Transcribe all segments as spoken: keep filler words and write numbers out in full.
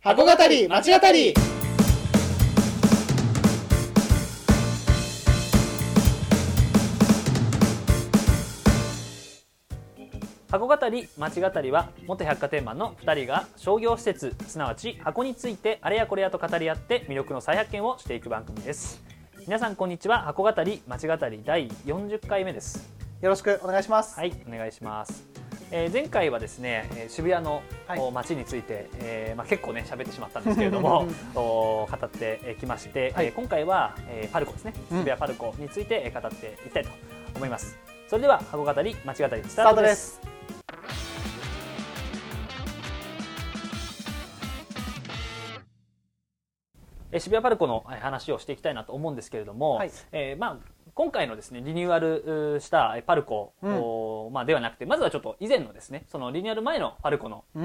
箱語り町語り。 箱語り町語りは元百貨店マンのふたりが商業施設すなわち箱についてあれやこれやと語り合って魅力の再発見をしていく番組です。皆さんこんにちは。箱語り町語りだいよんじゅっかいめです。 よろしくお願いします。 はい、お願いします。えー、前回はですね渋谷の、はい、街について、えーまあ、結構ね喋ってしまったんですけれども語ってきまして、はい、えー、今回は、えー、パルコですね、渋谷パルコについて語っていきたいと思います。それでは箱語り町語りスタートです。渋谷パルコの話をしていきたいなと思うんですけれども、はい、えーまあ、今回のですねリニューアルしたパルコ、うん、まあ、ではなくてまずはちょっと以前のですねそのリニューアル前のパルコの、うん、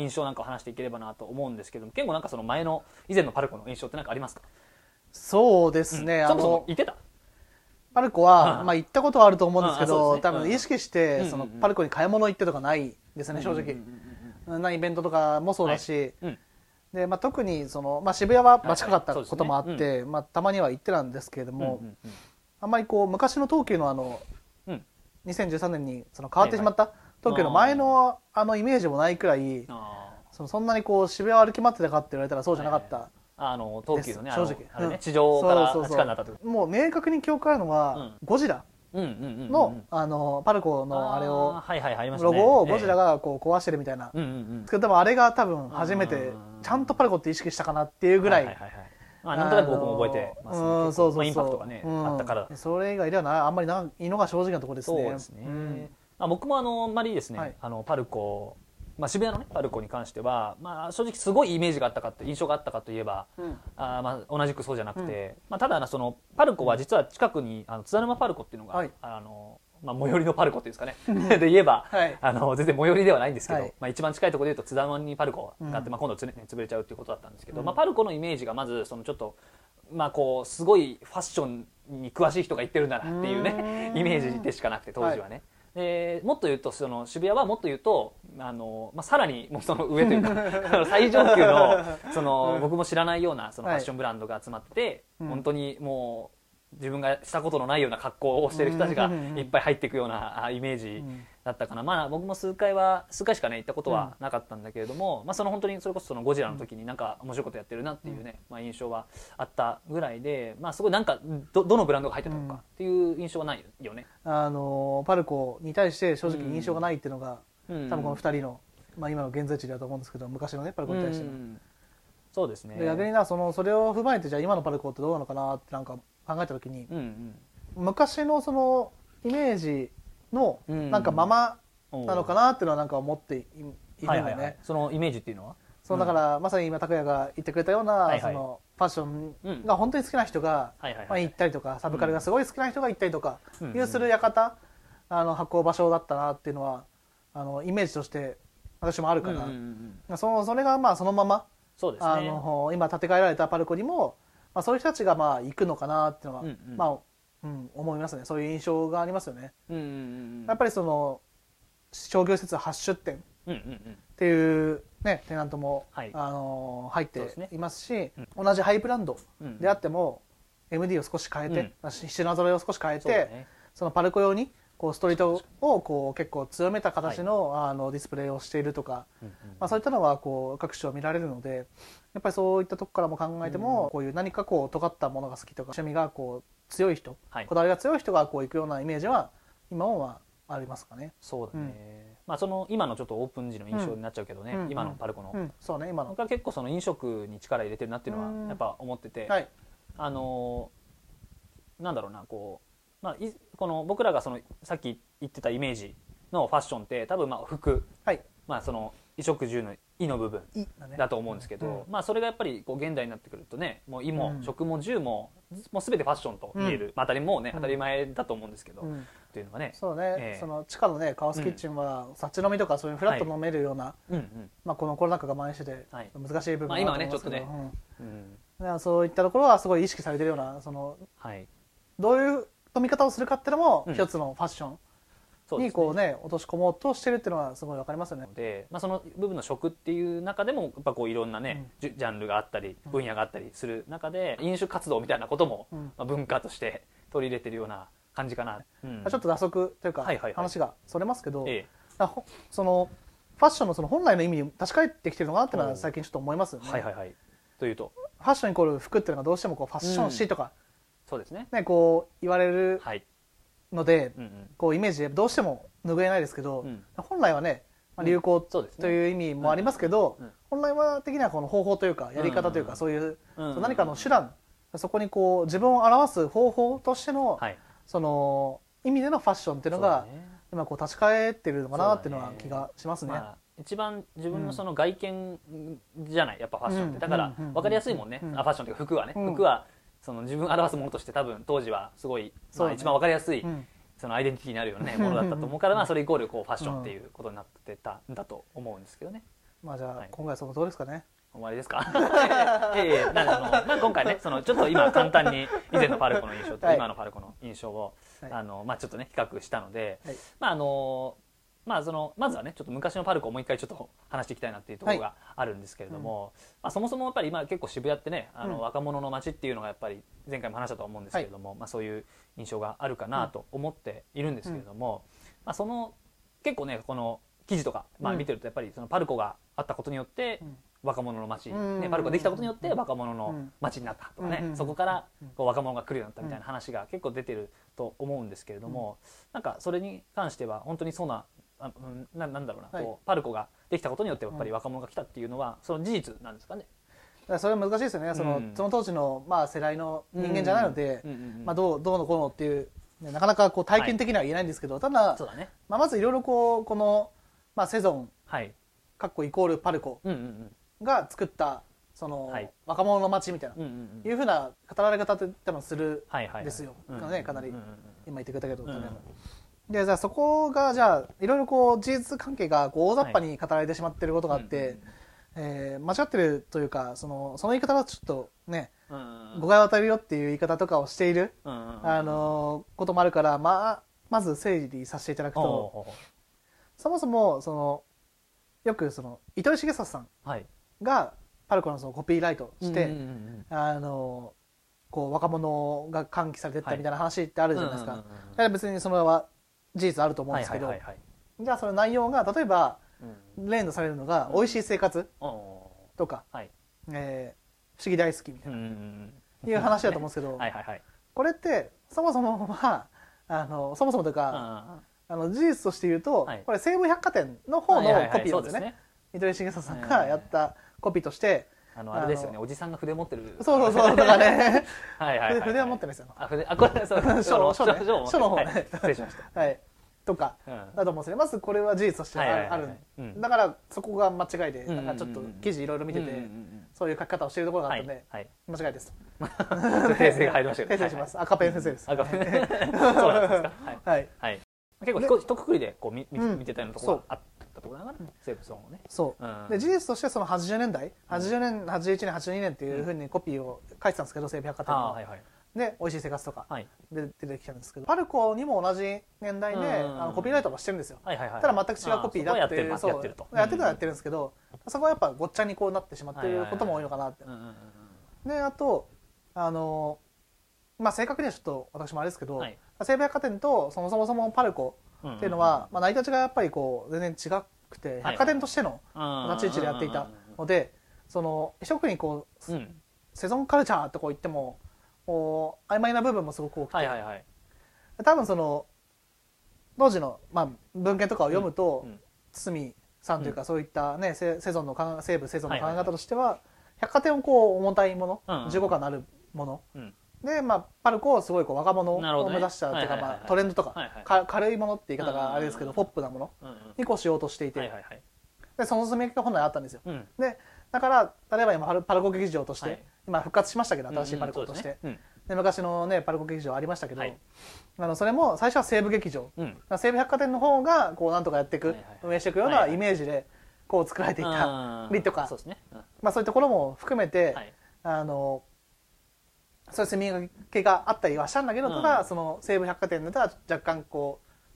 印象なんかを話していければなと思うんですけども、結構なんかその前の以前のパルコの印象って何かありますか？ そうですね、うん、 そもそも行ってたパルコは、まあ、行ったことはあると思うんですけど、ね、多分意識してそのパルコに買い物行ってとかないですね、正直。なイベントとかもそうだし、はいうんでまあ、特にその、まあ、渋谷は近かったこともあって、はいはいねうんまあ、たまには行ってたんですけれども、うんうんうん、あんまりこう昔の東急のあの、うん、にせんじゅうさんねんにその変わってしまった東急の前のあのイメージもないくらいそのそんなにこう渋谷を歩き回ってたかって言われたらそうじゃなかった、はいはい、 あの東急のね正直あれね、うん、地上から地下になったともう明確に記憶あるのは、うん、ゴジラのあのパルコのあれをロゴをゴジラがこう壊してるみたいな、でもあれが多分初めてちゃんとパルコって意識したかなっていうぐらい、 なんとなく僕も覚えてますね。そうそうそうインパクトがねあったから。 それ以外ではなあんまりないのが正直なところですね。 そうですね。まあ僕もあのあんまりですねあのパルコまあ、渋谷の、ね、パルコに関しては、まあ、正直すごいイメージがあったかって印象があったかといえば、うんあまあ、同じくそうじゃなくて、うんまあ、ただそのパルコは実は近くにあの津田沼パルコっていうのが、はい、あのまあ、最寄りのパルコっていうんですかねで言えば、はい、あの全然最寄りではないんですけど、はいまあ、一番近いところでいうと津田沼にパルコがあって、うんまあ、今度つ、ね、潰れちゃうっていうことだったんですけど、うんまあ、パルコのイメージがまずそのちょっと、まあ、こうすごいファッションに詳しい人が言ってるんだなっていうねイメージでしかなくて当時はね。はいでもっと言うとその渋谷はもっと言うとあの、まあ、さらにもうその上というか最上級のその、うん、僕も知らないようなそのファッションブランドが集まって、はい、本当にもう自分がしたことのないような格好をしている人たちがいっぱい入っていくようなイメージだったかな、まあ、僕も数回は数回しかね行ったことはなかったんだけれども、うんまあ、その本当にそれこそそのゴジラの時になんか面白いことやってるなっていうね、まあ、印象はあったぐらいで、まあ、すごいなんか ど, どのブランドが入ってたのかっていう印象はないよね。 あのパルコに対して正直印象がないっていうのが、うん、多分このふたりの、まあ、今の現在地だと思うんですけど昔のねパルコに対しての、うん、 そうですね。 で逆になそのそれを踏まえてじゃあ今のパルコってどうなのかなってなんか考えた時に、うんうん、昔のそのイメージのなんかままなのかなっていうのはなんか思っているんだよね、はいはいはい、 そのイメージっていうのはそうだから、うん、まさに今拓也が言ってくれたような、はいはい、そのファッションが本当に好きな人が、うんまあ、行ったりとかサブカルがすごい好きな人が行ったりとかいうする館、うん、あの発行場所だったなっていうのはあのイメージとして私もあるから、うんうんうん、そのそれがまあそのままそうです、ね、あの今建て替えられたパルコにも、まあ、そういう人たちがまあ行くのかなっていうのは、うんうんまあうん、思いますね。そういう印象がありますよね、うんうんうん、やっぱりその商業施設はち出店っていう、ね、テナントも、はい、あの入っていますし、ねうん、同じハイブランドであっても、うん、エムディー を少し変えて、うん、品揃えを少し変えて そ,、ね、そのパルコ用にこうストリートをこう結構強めた形 の,、はい、あのディスプレイをしているとか、うんうんまあ、そういったのがこう各所見られるのでやっぱりそういったとこからも考えても、うん、こういう何かこう尖ったものが好きとか趣味がこう強い人、はい、こだわりが強い人がこう行くようなイメージは今もまあありますかね。 そうだね、うんまあ、その今のちょっとオープン時の印象になっちゃうけどね、うん、今のパルコの、うんうん、そうね今の僕は結構その飲食に力入れてるなっていうのはやっぱ思ってて、はい、あのなんだろうなこう、まあ、いこの僕らがそのさっき言ってたイメージのファッションって多分まあ服、はいまあ、その衣食住の衣の部分だと思うんですけど、ねうんまあ、それがやっぱりこう現代になってくるとねもう衣も、うん、食も住ももう全てファッションと見える、うんまあ、当たりもうね当たり前だと思うんですけど、うん、っていうのがねそうね、えー、その地下のねカオスキッチンは、うん、立ち飲みとかそういうフラッと飲めるような、はいうんうんまあ、このコロナ禍が蔓延してて難しい部分があると思いますけど、まあ、今はねちょっとね、うんうん、そういったところはすごい意識されてるようなその、はい、どういう飲み方をするかっていうのも一つのファッションにこうね落とし込もうとしてるっていうのはすごいわかりますよね。 で、まあ、その部分の食っていう中でもやっぱこういろんなね、うん、ジャンルがあったり分野があったりする中で飲酒活動みたいなことも、うんまあ、文化として取り入れてるような感じかな、 うん、ちょっと打足というか話がそれますけど、はいはいはい、そのファッションのその本来の意味に立ち返ってきてるのかなっていうのは最近ちょっと思いますよね。 はいはいはい。というとファッションイコール服っていうのがどうしてもこうファッション誌とか、うん、 そうですね、 ねこう言われるので、はいうんうん、こうイメージでどうしても拭えないですけど、うん、本来はね、まあ、流行という意味もありますけど、うんうん、本来は的にはこの方法というかやり方というか、うんうん、そういう、うんうん、何かの手段、そこにこう自分を表す方法としての、はい、その意味でのファッションっていうのが今こう立ち返ってるのかなっていうのは気がしますね。まあ一番自分のその外見じゃないやっぱファッションってだから分かりやすいもんね、うんうん、あファッションというか服はね、うん、服はその自分を表すものとして多分当時はすごい、まあ、一番分かりやすいそのアイデンティティになるような、ね、ものだったと思うからまあそれイコールこうファッションっていうことになってたんだと思うんですけどね。 まあじゃあ、はい、今回はそのどうですかね。 終わりですかいやいやなんかあの、まあ、今回ねそのちょっと今簡単に以前のパルコの印象と今のパルコの印象を、はい、あのまあ、ちょっとね比較したので、はい、まああのまあ、そのまずはねちょっと昔のパルコをもう一回ちょっと話していきたいなっていうところがあるんですけれども、はいうんまあ、そもそもやっぱり今結構渋谷ってねあの、うん、若者の街っていうのがやっぱり前回も話したと思うんですけれども、はいまあ、そういう印象があるかなと思っているんですけれども、うんまあ、その結構ねこの記事とか、まあ、見てるとやっぱりそのパルコがあったことによって若者の街、ね、パルコができたことによって若者の街になったとかね、うん、そこからこう若者が来るようになったみたいな話が結構出てると思うんですけれども、うん、なんかそれに関しては本当にそうなあななんだろうな、はい、こうパルコができたことによってやっぱり若者が来たっていうのは、うん、その事実なんですかね。 それは難しいですよね。その、うん、その当時の、まあ、世代の人間じゃないので、まあ、どうどうのこうのっていう、ね、なかなかこう体験的には言えないんですけど、はい、ただそうだ、ねまあ、まずいろいろこうこの、まあ、セゾン、はい、かっこイコールパルコが作ったその、はい、若者の街みたいな、うんうんうん、いうふうな語られ方って多分するんですよ、はいはいはい、かなり、うんうんうん、今言ってくれたけど、うんうんでじゃあそこがじゃあいろいろこう事実関係がこう大雑把に語られてしまっていることがあって、はいえー、間違ってるというかそのその言い方はちょっとね、うんうん、誤解を与えるよっていう言い方とかをしている、うんうんうん、あのこともあるから、まあ、まず整理させていただくとそもそもそのよくその糸井重里さんがパルコのそのコピーライトして、うんうんうん、あのこう若者が喚起されていったみたいな話ってあるじゃないですか。別にそれは事実あると思うんですけど、はいはいはいはい、じゃあその内容が例えば、うん、例のされるのが、うん、美味しい生活とか、はいえー、不思議大好きみたいな、うん、いう話だと思うんですけど、はいはいはい、これってそもそもはあのそもそもというか、あの事実として言うと、はい、これ西武百貨店の方のコピーなんですね。糸井重里さんがやったコピーとして。 あのあれですよね、おじさんが筆持ってる。 そうそうそうとかね。はいはいはい、筆は持ってないですよ。 あ筆あこれそう書の書ね書の方ね、はい、 失礼しました。 はいとかだと思うんですね。まずこれは事実としてある。だからそこが間違いで、なんかちょっと記事いろいろ見ててそういう書き方をしているところがあったので間違いです。 訂正が入りましたけど。 訂正します。赤ペン先生です。 赤ペン。そうなんですか。はいはい。結構一括りでこう見見てたようなところがあった。ところだからセーブソンをね。 そう。うん、で事実としてそのはちじゅうねんだい、はちじゅうねん、はちじゅういちねん、はちじゅうにねんっていう風にコピーを書いてたんですけど、西武百貨店の、はいはい、で美味しい生活とかで出てきたんですけど、パルコにも同じ年代であのコピーライトもしてるんですよ。はいはいはい、ただ全く違うコピーだっていう、そうやってるとやってるのはやってるんですけど、そこはやっぱごっちゃにこうなってしまっていることも多いのかなって。であとあのまあ正確にはちょっと私もあれですけど、はい、西武百貨店とそもそもそもパルコっていうのは、まあ成り立ちがやっぱりこう全然違くて百貨店としての立ち位置でやっていたので、その一色にこう、うん、セゾンカルチャーとこう言ってもこう曖昧な部分もすごく多くて、はいはいはい、多分その当時の、まあ、文献とかを読むと、うんうん、堤さんというか、うん、そういったねセゾンの西武セゾンの考え方としては、はいはいはい、百貨店をこう重たいもの、うんうん、重厚感のあるもの、うんでまあ、パルコをすごいこう若者を目指したっていうか、まあ、トレンドとか、はいはい、か軽いものって言い方があれですけど、うんうん、ポップなものにこうしようとしていて、はいはいはい、でその進めが本来あったんですよ、うん、でだから例えば今パルコ劇場として、はい、今復活しましたけど新しいパルコとして、うんうん で, ねうん、で昔の、ね、パルコ劇場ありましたけど、はい、あのそれも最初は西武劇場、うん、西武百貨店の方がこうなんとかやっていく、はいはいはい、運営していくようなイメージでこう作られていったりとか、そうですね、うんまあ、そういうところも含めて、はい、あのそういう住み分けがあったりはしたんだけど、ただその西武百貨店では若干こう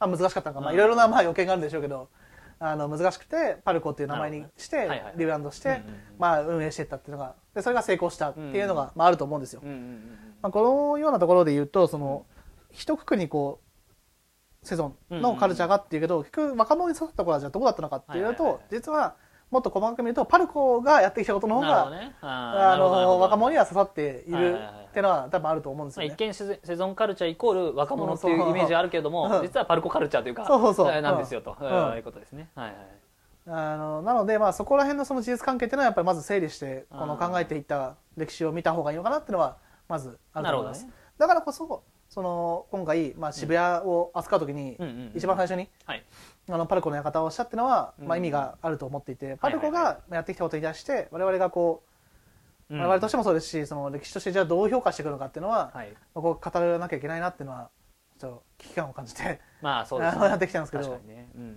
あ難しかったのか、まあいろいろなまあ要件があるんでしょうけど、あの難しくてパルコっていう名前にして、ねはいはいはい、リブランドして、うんうんうん、まあ運営していったっていうのが、でそれが成功したっていうのが、うんうんまあ、あると思うんですよ。うんうんうんまあ、このようなところで言うと、その、うん、一括りにこうセゾンのカルチャーがっていうけど、うんうんうん、結局若者に刺さったところはじゃあどこだったのかっていうと、はいはいはい、実はもっと細かく見るとパルコがやってきたことの方が、ね、ああの若者には刺さっているっていうのは多分あると思うんですよね。 まあ、一見セゾンカルチャーイコール若者っていうイメージあるけれども、実はパルコカルチャーというか、 そうそうそうなんですよと、うん、いうことですね。はいはい。 あのなので、まあ、そこら辺のその事実関係っていうのはやっぱりまず整理してこの考えていった歴史を見た方がいいのかなっていうのはまずあると思います。ね、だからこそその今回、まあ、渋谷を扱う時に一番最初に、はい、あのパルコの館をしたっていうのは、まあ、意味があると思っていて、パルコがやってきたことに対して我々がこう、我々としてもそうですしその歴史としてじゃあどう評価していくのかっていうのは、はい、こう語らなきゃいけないなっていうのはちょっと危機感を感じて、 まあそうですね、 やってきたんですけど。 確かにね、うんうんうん、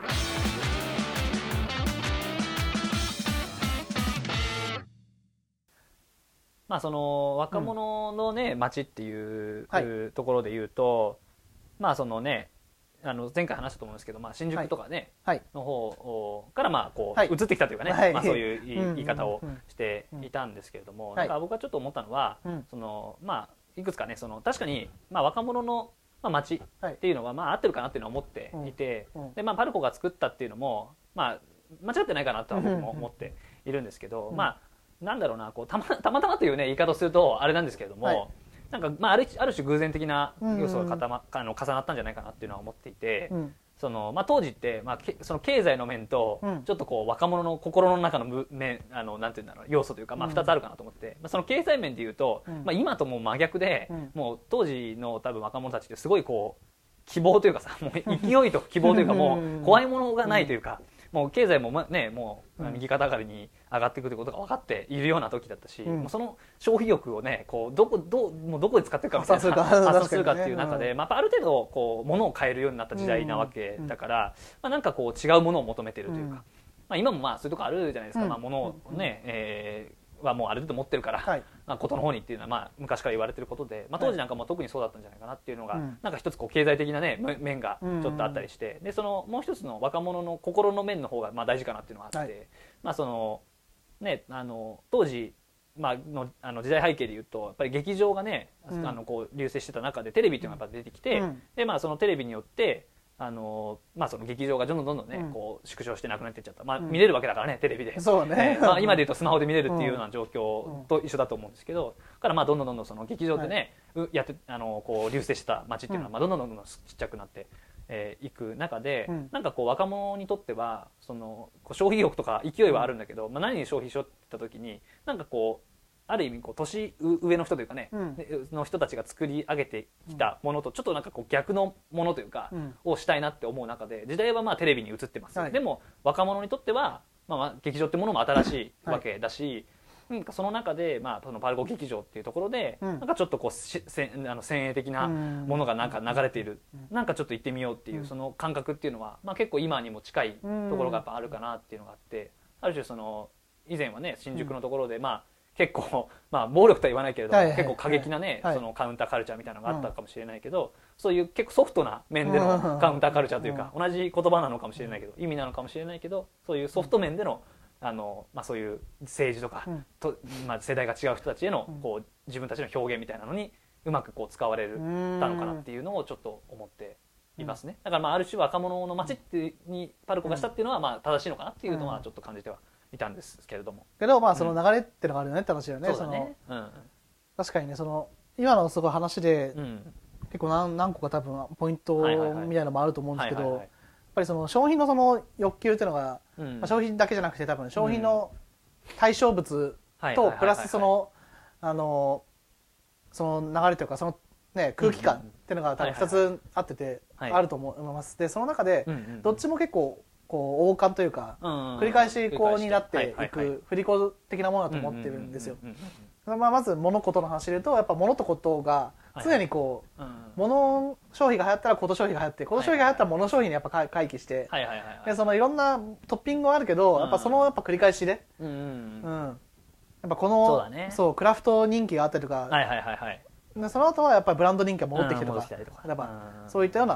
まあ、その若者のね、うん、街っていう、はい、ところで言うと、まあそのね、あの前回話したと思うんですけど、まあ、新宿とかね、はい、の方からまあこう、はい、移ってきたというかね、はいまあ、そういう言い方をしていたんですけれども、うんうん、なんか僕はちょっと思ったのは、はい、そのまあ、いくつかねその確かに、まあ、若者の、まあ、街っていうのは、まあ、合ってるかなっていうのは思っていて、うんうん、でまあ、パルコが作ったっていうのも、まあ、間違ってないかなとは僕も思っているんですけど、うん、まあなんだろうなこうたまたまたまという、ね、言い方をするとあれなんですけれども、はい、なんかまあ、あるある種偶然的な要素が固ま、うんうん、あの重なったんじゃないかなっていうのは思っていて、うんそのまあ、当時って、まあ、けその経済の面と、うん、ちょっとこう若者の心の中の面あのなんていうんだろう要素というか、まあ、ふたつあるかなと思って、うんまあ、その経済面でいうと、うんまあ、今とも真逆で、うん、もう当時の多分若者たちってすごいこう希望というかさもう勢いと希望というかもう怖いものがないというか。もう経済もねもう右肩上がりに上がっていくということが分かっているような時だったし、うん、その消費欲をねこうどこどうもうどこで使っていくかみたいな発散するかっていう中で、ねまあ、ある程度こう物を買えるようになった時代なわけだから、まあ、なんかこう違うものを求めているというか、まあ、今もまあそういうとこあるじゃないですか、まあ、物をね、えーはもうある程度持ってるから、はいまあ、ことの方にっていうのはまあ昔から言われてることで、まあ、当時なんかも特にそうだったんじゃないかなっていうのが、はい、なんか一つこう経済的な、ね、面がちょっとあったりして、でそのもう一つの若者の心の面の方がまあ大事かなっていうのがあって、はいまあそのね、あの当時、まあ、のあの時代背景でいうとやっぱり劇場がね、うん、あのこう隆盛してた中でテレビっていうのがやっぱ出てきて、うん、でまあ、そのテレビによってあのまあ、その劇場がどんどんどんどんね、うん、こう縮小してなくなっていっちゃった、まあ、見れるわけだからねテレビでそうね、 えーまあ、今でいうとスマホで見れるっていうような状況と一緒だと思うんですけど、だからまあどんどんどんどんその劇場でね、はい、やってあのこう隆盛してた街っていうのは、まあ、どんどんどんどんちっちゃくなってい、えー、く中で、うん、なんかこう若者にとってはそのこう消費欲とか勢いはあるんだけど、まあ、何に消費しようって言った時になんかこうある意味こう年上の人というかね、うん、の人たちが作り上げてきたものとちょっとなんかこう逆のものというか、うん、をしたいなって思う中で時代はまあテレビに映ってます、はい、でも若者にとっては、まあ、劇場ってものも新しいわけだし、はい、なんかその中で、まあ、そのパルコ劇場っていうところで、うん、なんかちょっとこうせあの先鋭的なものがなんか流れている、うん、なんかちょっと行ってみようっていう、その感覚っていうのは、まあ、結構今にも近いところがやっぱあるかなっていうのがあって、ある種その以前はね新宿のところでまあ結構、まあ、暴力とは言わないけれど、はいはい、結構過激なね、はい、そのカウンターカルチャーみたいなのがあったかもしれないけど、うん、そういう結構ソフトな面でのカウンターカルチャーというか、うん、同じ言葉なのかもしれないけど意味なのかもしれないけどそういうソフト面での、あの、まあ、そういう政治とか、うんとまあ、世代が違う人たちへのこう自分たちの表現みたいなのにうまくこう使われたのかなっていうのをちょっと思っていますね。だからまあある種若者の街ってにパルコがしたっていうのはまあ正しいのかなっていうのはちょっと感じてはいたんですけれども、 けどまあその流れってのがあるよねって話だよね。 そうだね、 その、うん、確かにねその今のすごい話で、うん、結構 何, 何個か多分ポイントみたいなのもあると思うんですけど、やっぱりその商品のその欲求っていうのが、うんまあ、商品だけじゃなくて多分商品の対象物とプラスそのあのその流れというかそのね空気感っていうのが多分ふたつあっててあると思います。でその中でどっちも結構こう王冠というか繰り返しこうになっていく振り子的なものだと思ってるんですよ。まあまず物事の話で言うとやっぱ物とことが常にこう物消費が流行ったらこと消費が流行ってこと消費が流行ったら物消費にやっぱ回帰してでそのいろんなトッピングはあるけどやっぱそのやっぱ繰り返しでうんやっぱこのそうクラフト人気があったりとかでその後はやっぱりブランド人気が戻ってきてとかやっぱそういったような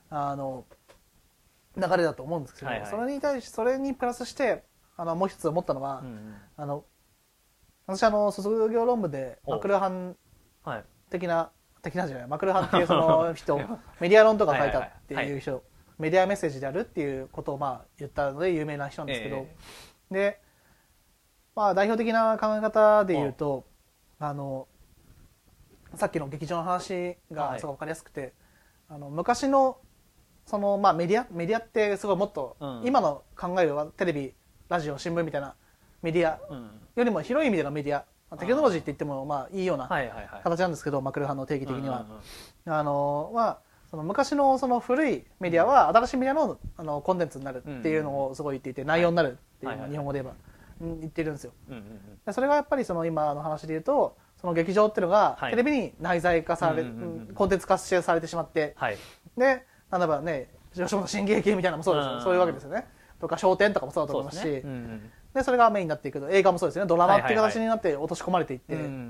あの流れだと思うんですけど、はいはい、それに対しそれにプラスしてあのもう一つ思ったのは、うんうん、あの私あの卒業論文でマクルハン的な、はい、的なじゃないマクルハンっていうその人メディア論とか書いたっていう人、はいはいはい、メディアメッセージであるっていうことをまあ言ったので有名な人なんですけど、えー、で、まあ、代表的な考え方で言うとあのさっきの劇場の話がすごい分かりやすくて、はい、あの昔のそのまあメディアメディアってすごいもっと今の考えるテレビラジオ新聞みたいなメディアよりも広い意味でのメディア、テクノロジーって言ってもまあいいような形なんですけど、マクルハンの定義的には、あのまあその昔のその古いメディアは新しいメディアのあのコンテンツになるっていうのをすごい言っていて、内容になるっていうのを日本語で言えば言ってるんですよ。それがやっぱりその今の話で言うと、その劇場っていうのがテレビに内在化されコンテンツ化されてしまって、で例えばね吉本新喜劇みたいなのもそうですよ、そういうわけですよね。とか笑点とかもそうだと思いますし、そ, う、ねうんうん、でそれがメインになっていくと、映画もそうですよね、ドラマっていう形になって落とし込まれていって、はいはいはい、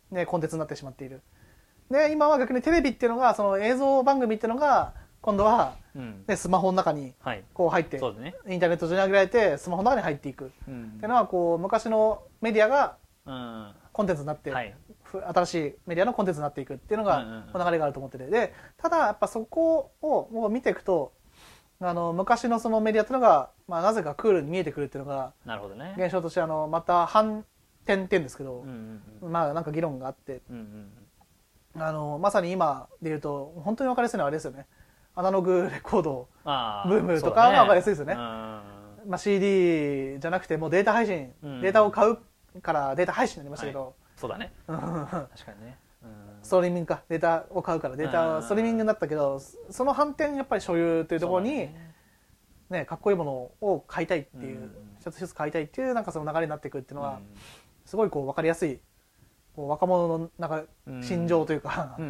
でコンテンツになってしまっている。で今は逆にテレビっていうのがその映像番組っていうのが今度は、うんね、スマホの中にこう入って、はいね、インターネット上に上げられてスマホの中に入っていく、うん、っていうのはこう昔のメディアがコンテンツになって、うんはい、新しいメディアのコンテンツになっていくっていうのが、うんうん、この流れがあると思ってて、でただやっぱそこをもう見ていくとあの昔のそのメディアっていうのが、まあ、なぜかクールに見えてくるっていうのがなるほど、ね、 現象としてあのまた反転っていうんですけど、うんうんうん、まあなんか議論があって、うんうん、あのまさに今で言うと本当に分かりやすいのはあれですよね、アナログレコードブームとかが分かりやすいですよね。まあ、シーディー じゃなくてもうデータ配信、うん、データを買うからデータ配信になりましたけど、はい、 そうだね確かにね、 ストリーミングかデータを買うからデータはストリーミングになったけど、その反転やっぱり所有というところに、ねね、かっこいいものを買いたいっていう、うん、一つ一つ買いたいっていうなんかその流れになっていくっていうのは、うん、すごいこう分かりやすいこう若者のなんか心情というか、うん、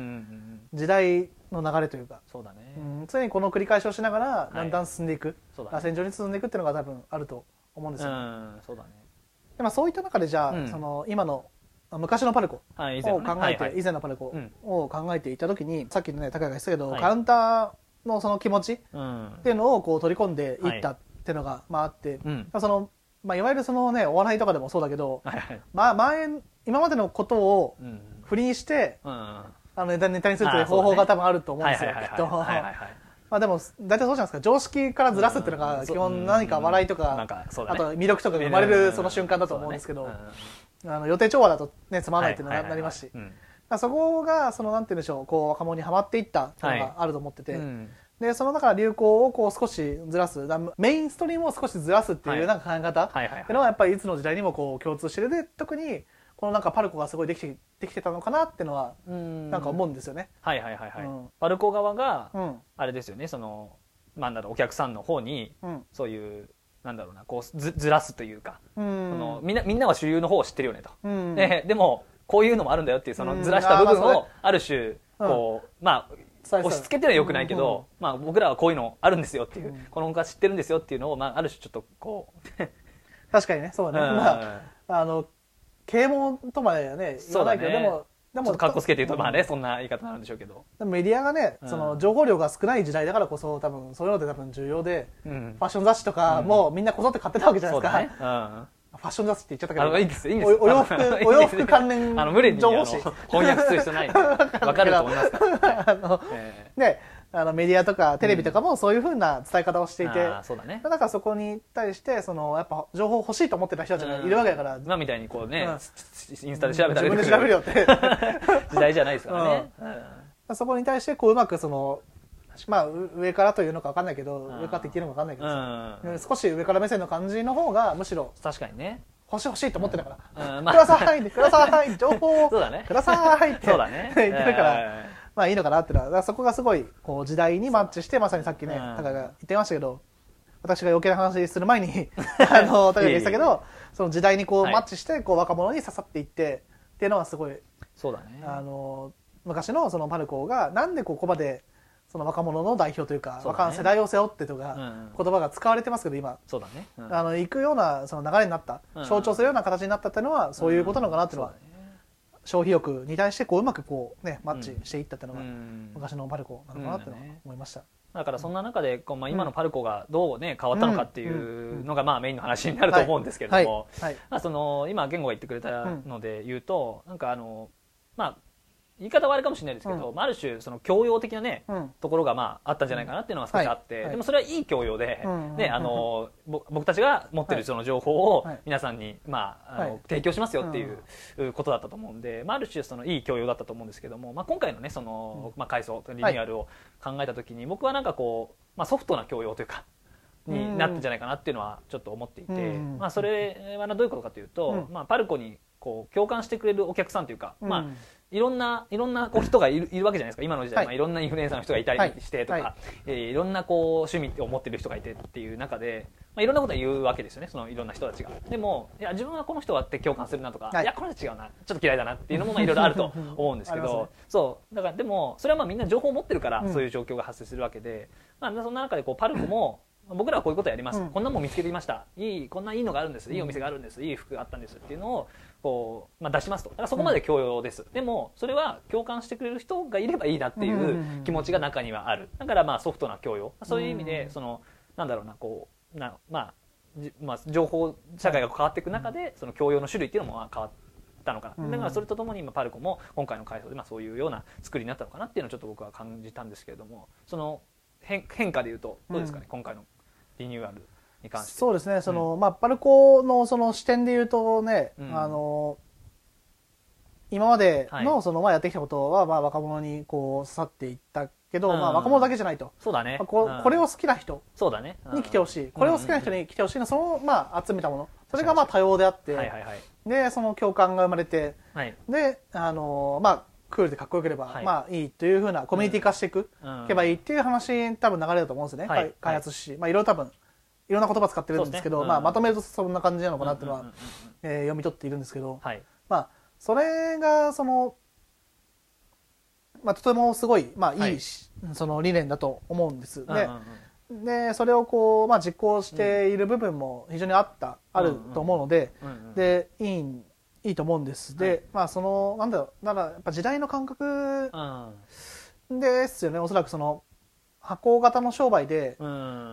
時代の流れというか、そうだね、うん、常にこの繰り返しをしながらだんだん進んでいく、はい、螺旋状に進んでいくっていうのが多分あると思うんですよ、うん、そうだね。で、まあ、そういった中でじゃあ、うん、その今の昔のパルコを考えて、はい、以前, ねはいはい、以前のパルコを考えていた時に、うん、さっきのね高谷が言ってたけど、はい、カウンターのその気持ちっていうのをこう取り込んでいったっていうのが、まあ、あって、うん、そのまあ、いわゆるその、ね、お笑いとかでもそうだけど、はいはいまあ、前今までのことを振りにして、うん、あのネタ、ネタにするという方法が多分あると思うんですよ、きっと。まあでも大体そうじゃないですか、常識からずらすっていうのが基本何か笑いとか、うんうんかね、あと魅力とかが生まれるその瞬間だと思うんですけど、あの予定調和だと、ね、つまらないっていうのがなりますし、そこがそのなんて言うんでしょう、こう若者にはまっていったっていうのがあると思ってて、はいうん、でその中から流行をこう少しずらす、メインストリームを少しずらすっていうなんか考え方っていうのはやっぱりいつの時代にもこう共通してる。で特にこのなんかパルコがすごいできてできてたのかなっていうのはなんか思うんですよね。 はいはいはいはい。うん、パルコ側があれですよね、そのなんだろうお客さんの方にそういう、なんだろうなこう ず, ずらすというか、うん、そのみんなみんなは主流の方を知ってるよねと、うん、で, でもこういうのもあるんだよっていうそのずらした部分をある種こう、うん、まあ押し付けてはよくないけど、うんうんまあ、僕らはこういうのあるんですよっていう、うん、この音楽知ってるんですよっていうのを、まあ、ある種ちょっとこう確かにねそうね、うんまあ、あの啓蒙とまではね言わないけど、ね、でもでもちょっとかっこつけて言うと、うん、まあねそんな言い方なんでしょうけど、 でもメディアがね、うん、その情報量が少ない時代だからこそ多分そういうので多分重要で、うん、ファッション雑誌とかもみんなこぞって買ってたわけじゃないですか、うんそうだねうんファッション雑誌って言っちゃったけど、 いいですいいですお洋服お洋服関連あの無理に情報誌翻訳する必要ないわかると思いますから、あの、 えー、であのメディアとかテレビとかもそういう風な伝え方をしていて、うん、そうだね、だからそこに対してそのやっぱ情報欲しいと思ってた人たちがいるわけだから、 今みたいにこうね、うん、インスタで調べたら自分で調べるよって時代じゃないですからね、うんうん、そこに対してこううまくそのまあ上からというのか分かんないけど、上からって言ってるのか分かんないけど、うん、少し上から目線の感じの方がむしろ確かにね欲しい欲しいと思ってたから、うんまあ、くださいください情報をくださいって言ってるから、まあいいのかなっていうのは、だからそこがすごいこう時代にマッチして、まさにさっきね高が言ってましたけど、私が余計な話する前にあの高が言ってたけど、その時代にこうマッチしてこう若者に刺さっていってっていうのはすごい、 そうだね、 あの昔のそのパルコがなんでここまでその若者の代表というか、若者世代を背負ってとか、言葉が使われてますけど今、そうだね、あの行くようなその流れになった、象徴するような形になったっていうのはそういうことなのかなっていうのは、消費欲に対してこううまくこうねマッチしていったっていうのが昔のパルコなのかなっていうのは思いました。 だからそんな中でこう、まあ、今のパルコがどうね変わったのかっていうのがまあメインの話になると思うんですけれども、まあその今言語が言ってくれたので言うと、なんかあのまあ言い方はあれかもしれないですけど、うん、ある種その教養的なね、うん、ところがまああったんじゃないかなっていうのが少しあって、はいはい、でもそれはいい教養で、うんね、あの僕たちが持ってるその情報を皆さんに、まあ、あの提供しますよっていうことだったと思うんで、まあ、ある種そのいい教養だったと思うんですけども、まあ、今回のねその、まあ、改装リニューアルを考えた時に僕はなんかこう、まあ、ソフトな教養というかになったんじゃないかなっていうのはちょっと思っていて、まあ、それはどういうことかというと、まあ、パルコにこう共感してくれるお客さんというか、まあいろんないろんなこう人がいる、いるわけじゃないですか。今の時代、はいまあ、いろんなインフルエンサーの人がいたりしてとか、はいはいえー、いろんなこう趣味を持ってる人がいてっていう中で、まあ、いろんなことを言うわけですよね。そのいろんな人たちが。でもいや自分はこの人はって共感するなとか、はい、いやこの人違うな、ちょっと嫌いだなっていうのもまあいろいろあると思うんですけど、ね、そうだからでもそれはまあみんな情報を持ってるからそういう状況が発生するわけで、うん、まあそんな中でこうパルコも僕らはこういうことをやります、うん、こんなもん見つけてきました、いいこんないいのがあるんです、いいお店があるんです、いい服があったんですっていうのをこう、まあ、出しますと。だからそこまで教養です、うん、でもそれは共感してくれる人がいればいいなっていう気持ちが中にはある。だからまあソフトな教養、そういう意味でそのなんだろうなこうな、まあ、まあ情報社会が変わっていく中でその教養の種類っていうのも変わったのかな。だからそれとともに今パルコも今回の改装でまあそういうような作りになったのかなっていうのをちょっと僕は感じたんですけれども、その変化でいうとどうですかね、うん、今回のリニューアルに関して。 そうですね、その、うん、まあパルコのその視点で言うとね、うん、あの今までのそのまあやってきたことはまあ若者にこう刺さっていったけど、うん、まあ若者だけじゃないと。 そうだね。 まあ、こ, これを好きな人に来てほしい、 うん、 これを好きな人に来てほしいのそのまあ集めたもの、それがまあ多様であって、はいはいはい、でその共感が生まれて、はい、であのまあクールでかっこよければ、はい、まあいいというふうなコミュニティ化していく、うん、けばいいっていう話多分流れだと思うんですよね、はい、開発し、はい、まあいろいろ多分いろんな言葉使ってるんですけど、ねうんまあ、まとめるとそんな感じなのかなっていうのは、うんうんうんえー、読み取っているんですけど、はい、まあそれがその、まあ、とてもすごい、まあ、いい、はい、その理念だと思うんです。で、うんうんうん、でそれをこう、まあ、実行している部分も非常にあった、うん、あると思うので、うんうん、でいいいいと思うんです。で、はい、まあそのなんだろう、だからやっぱ時代の感覚ですよね。おそらくその箱型の商売で、うん、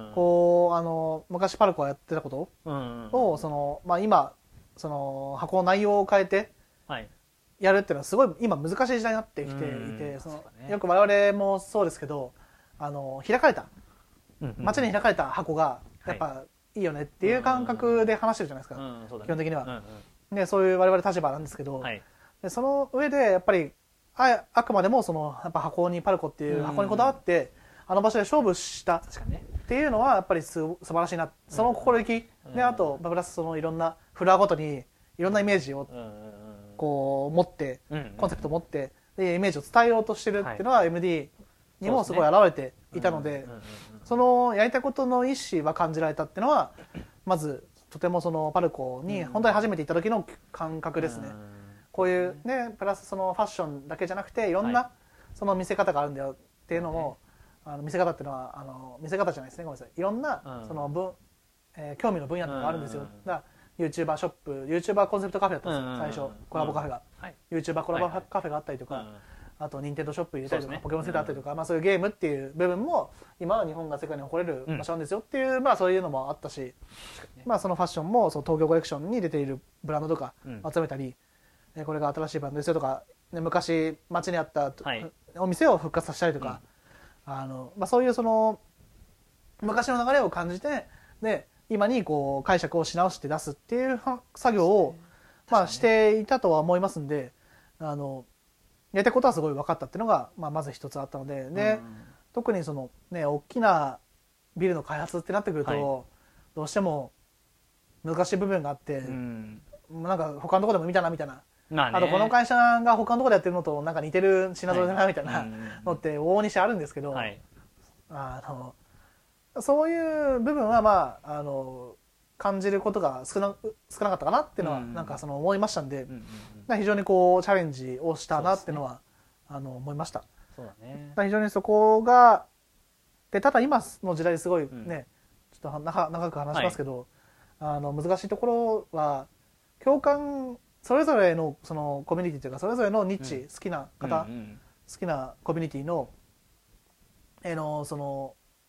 こうあの昔パルコがやってたことを、うん、そのまあ今その箱の内容を変えてやるっていうのはすごい今難しい時代になってきていて、うん、そのね、よく我々もそうですけど、あの開かれた、うん、街に開かれた箱がやっぱいいよねっていう感覚で話してるじゃないですか、うんうんね、基本的には。うんうん、でそういう我々立場なんですけど、はい、でその上でやっぱり あ, あくまでもそのやっぱ箱にパルコっていう箱にこだわって、うん、あの場所で勝負したっていうのはやっぱりす素晴らしいな、その心意気、うん、であとプラスそのいろんなフロアごとにいろんなイメージをこう持って、うん、コンセプトを持ってでイメージを伝えようとしてるっていうのは エムディー にもすごい現れていたので、そのやりたいことの意思は感じられたっていうのはまずとてもそのパルコに本当に初めて行った時の感覚ですね。こういうねプラスそのファッションだけじゃなくていろんなその見せ方があるんだよっていうのも、あの見せ方っていうのはあの見せ方じゃないですね、ごめんなさい、いろんなその分、えー、興味の分野があるんですよ。だから YouTuber ショップ、YouTuber コンセプトカフェだったんですよ最初、コラボカフェが、はい、YouTuber コラボカフェがあったりとか、はいはい、あと任天堂ショップ入れたりとか、ね、ポケモンセンターあったりとか、うんまあ、そういうゲームっていう部分も今は日本が世界に誇れる場所なんですよっていう、うん、まあそういうのもあったし、ね、まあそのファッションもその東京コレクションに出ているブランドとか集めたり、うん、これが新しいブランドですよとか、ね、昔街にあった、はい、お店を復活させたりとか、うんあのまあ、そういうその昔の流れを感じてで今にこう解釈をし直して出すっていう作業を、まあ、していたとは思いますんで、あのやりたいことはすごい分かったっていうのが、まあ、まず一つあったので、で、うん、特にその、ね、大きなビルの開発ってなってくると、はい、どうしても難しい部分があって、うん、なんか他のところでも見たなみたいな、まあね、あとこの会社が他のところでやってるのとなんか似てる品揃えだなみたいなのって往々にしてあるんですけど、はい、あのそういう部分はまああの感じることが少な、少なかったかなっていうのはなんかその思いましたんで、うんうんうん、非常にこうチャレンジをしたなっていうのは、ね、あの思いました。そうだね。非常にそこがで、ただ今の時代ですごいね、うん、ちょっと長長く話しますけど、はい、あの難しいところは共感それぞれのそのコミュニティというかそれぞれのニッチ、うん、好きな方、うんうん、好きなコミュニティのえのその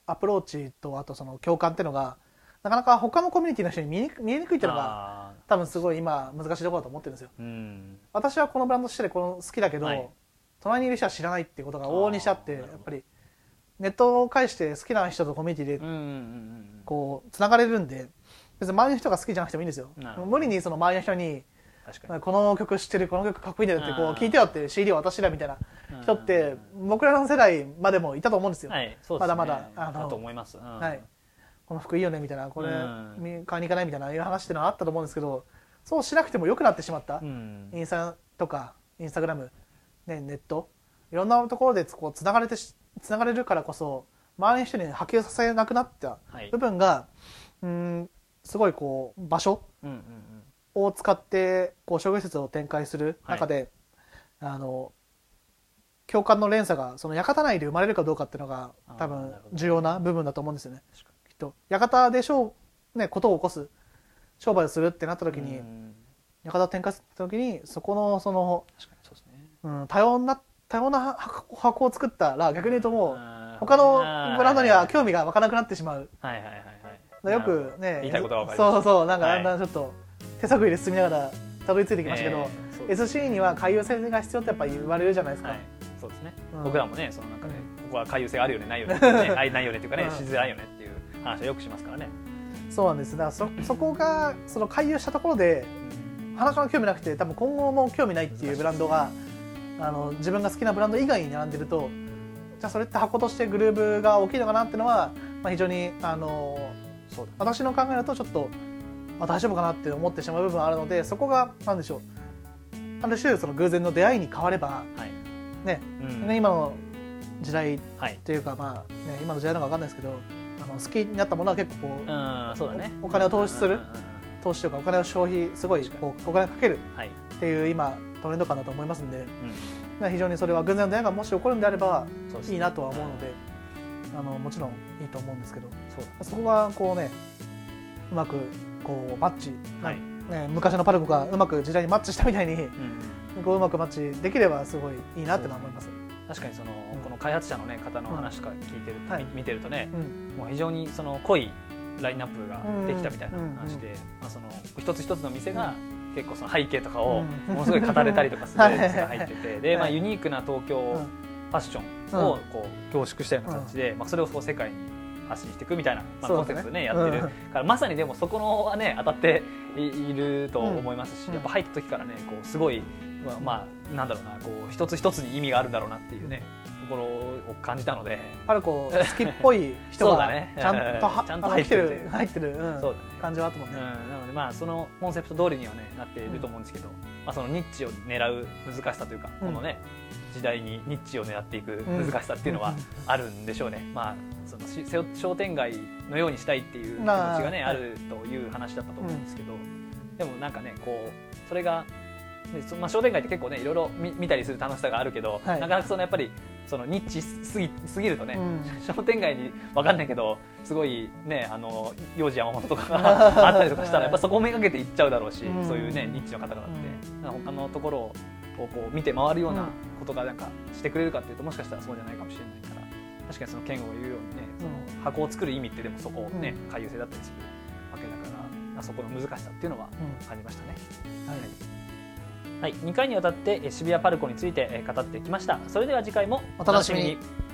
アプローチとあとその共感っていうのがなかなか他のコミュニティの人に見えに見えにくいっていうのが多分すごい今難しいところだと思ってるんですよ。うん、私はこのブランドとしてこの好きだけど、はい、隣にいる人は知らないっていうことが往々にしてあって、やっぱりネットを介して好きな人とコミュニティでこうつながれるんで、別に周りの人が好きじゃなくてもいいんですよ。無理にその周りの人にこの曲知ってる、この曲かっこいいんだよってこう聞いてよって シーディー を渡しらみたいな人って僕らの世代までもいたと思うんですよ。 はい、そうですね、 まだまだあのだと思います、うん、 はい、この服いいよねみたいな、これ買いに行かないみたいないう話っていうのはあったと思うんですけど、そうしなくても良くなってしまった、うん、インスタとかインスタグラム、ね、ネットいろんなところでこうつながれてつながれるからこそ周りの人に波及させなくなった部分が、はい、うんすごいこう場所を使ってこう商業施設を展開する中で、はい、あの共感の連鎖がその館内で生まれるかどうかっていうのが多分重要な部分だと思うんですよね。きっと館で商、ね、ことを起こす商売をするってなった時に館を展開する時にそこのその確かにそうですね、うん、多様な多様な箱を作ったら逆に言うともう他のブランドには興味が湧かなくなってしまう。はいはいはいはい。よくね、 言いたいことは分かります。 そうそうなんかだんだんちょっと手探りで進みながらたどり着いてきましたけど、えー、エスシー には回遊性が必要ってやっぱり言われるじゃないですか。はい、 そうですね。うん、僕らもねそのなんかね、ここは回遊性あるよねないよねって、ね、ないよねっていうかね、しづらいよねっていう話はよくしますからね。 そうなんです。だからそそこがその回遊したところで鼻から興味なくて多分今後も興味ないっていうブランドがあの自分が好きなブランド以外に並んでると、じゃあそれって箱としてグルーブが大きいのかなっていうのは、まあ、非常にあのそう私の考えだとちょっと、まあ、大丈夫かなって思ってしまう部分があるので、そこが何でしょう、ある種その偶然の出会いに変われば、はいねうん、今の時代というか、はいまあね、今の時代なのか分かんないですけど、あの好きになったものは結構こう、うんそうだね、お金を投資する、投資というかお金を消費すごいこうお金をかけるっていう今トレンド感だと思いますんで、うん、非常にそれは偶然の出会いがもし起こるんであればいいなとは思うので、あのもちろんいいと思うんですけど、そうそこがこうねうまくこうマッチ、はいね、昔のパルコがうまく時代にマッチしたみたいに、うん、こううまくマッチできればすごいいいなってのは思います。 確かにその、うん、この開発者の、ね、方の話とか聞いてる、うんはい、見てるとね、うん、もう非常にその濃いラインナップができたみたいな話で、まあ、その一つ一つの店が結構その背景とかをものすごい語れたりとかするやつが入ってて、で、まあ、ユニークな東京ファッションをこう凝縮したような形で、まあ、それをこう世界に発信していくみたいな、まあ、コンセプトでねやってるから、まさにでもそこのはね当たっていると思いますし、やっぱ入った時からねこうすごいまあなんだろうなこう一つ一つに意味があるんだろうなっていうねところを感じたので、 パルコ好きっぽい人がちゃんとちゃんと入ってる入ってる感じはあったもんね。 なのでまあそのコンセプト通りにはねなっていると思うんですけど、まあそのニッチを狙う難しさというか、このね時代にニッチを狙っていく難しさっていうのはあるんでしょうね。まあその商店街のようにしたいっていう気持ちがねあるという話だったと思うんですけど、でもなんかねこうそれがでまあ、商店街って結構ねいろいろ 見, 見たりする楽しさがあるけど、はい、なかなかそのやっぱりそのニッチす ぎ, すぎるとね、うん、商店街に分かんないけどすごいねあの幼児山本とかがあったりとかしたらやっぱそこをめがけて行っちゃうだろうし、うん、そういうねニッチの方々って、うん、他のところをこう見て回るようなことがなんかしてくれるかっていうともしかしたらそうじゃないかもしれないから、確かにその健吾が言うようにねその箱を作る意味ってでもそこね回遊性だったりするわけだから、そこの難しさっていうのは感じましたね。うんはいはい、にかいにわたって渋谷パルコについて語ってきました。それでは次回もお楽しみに。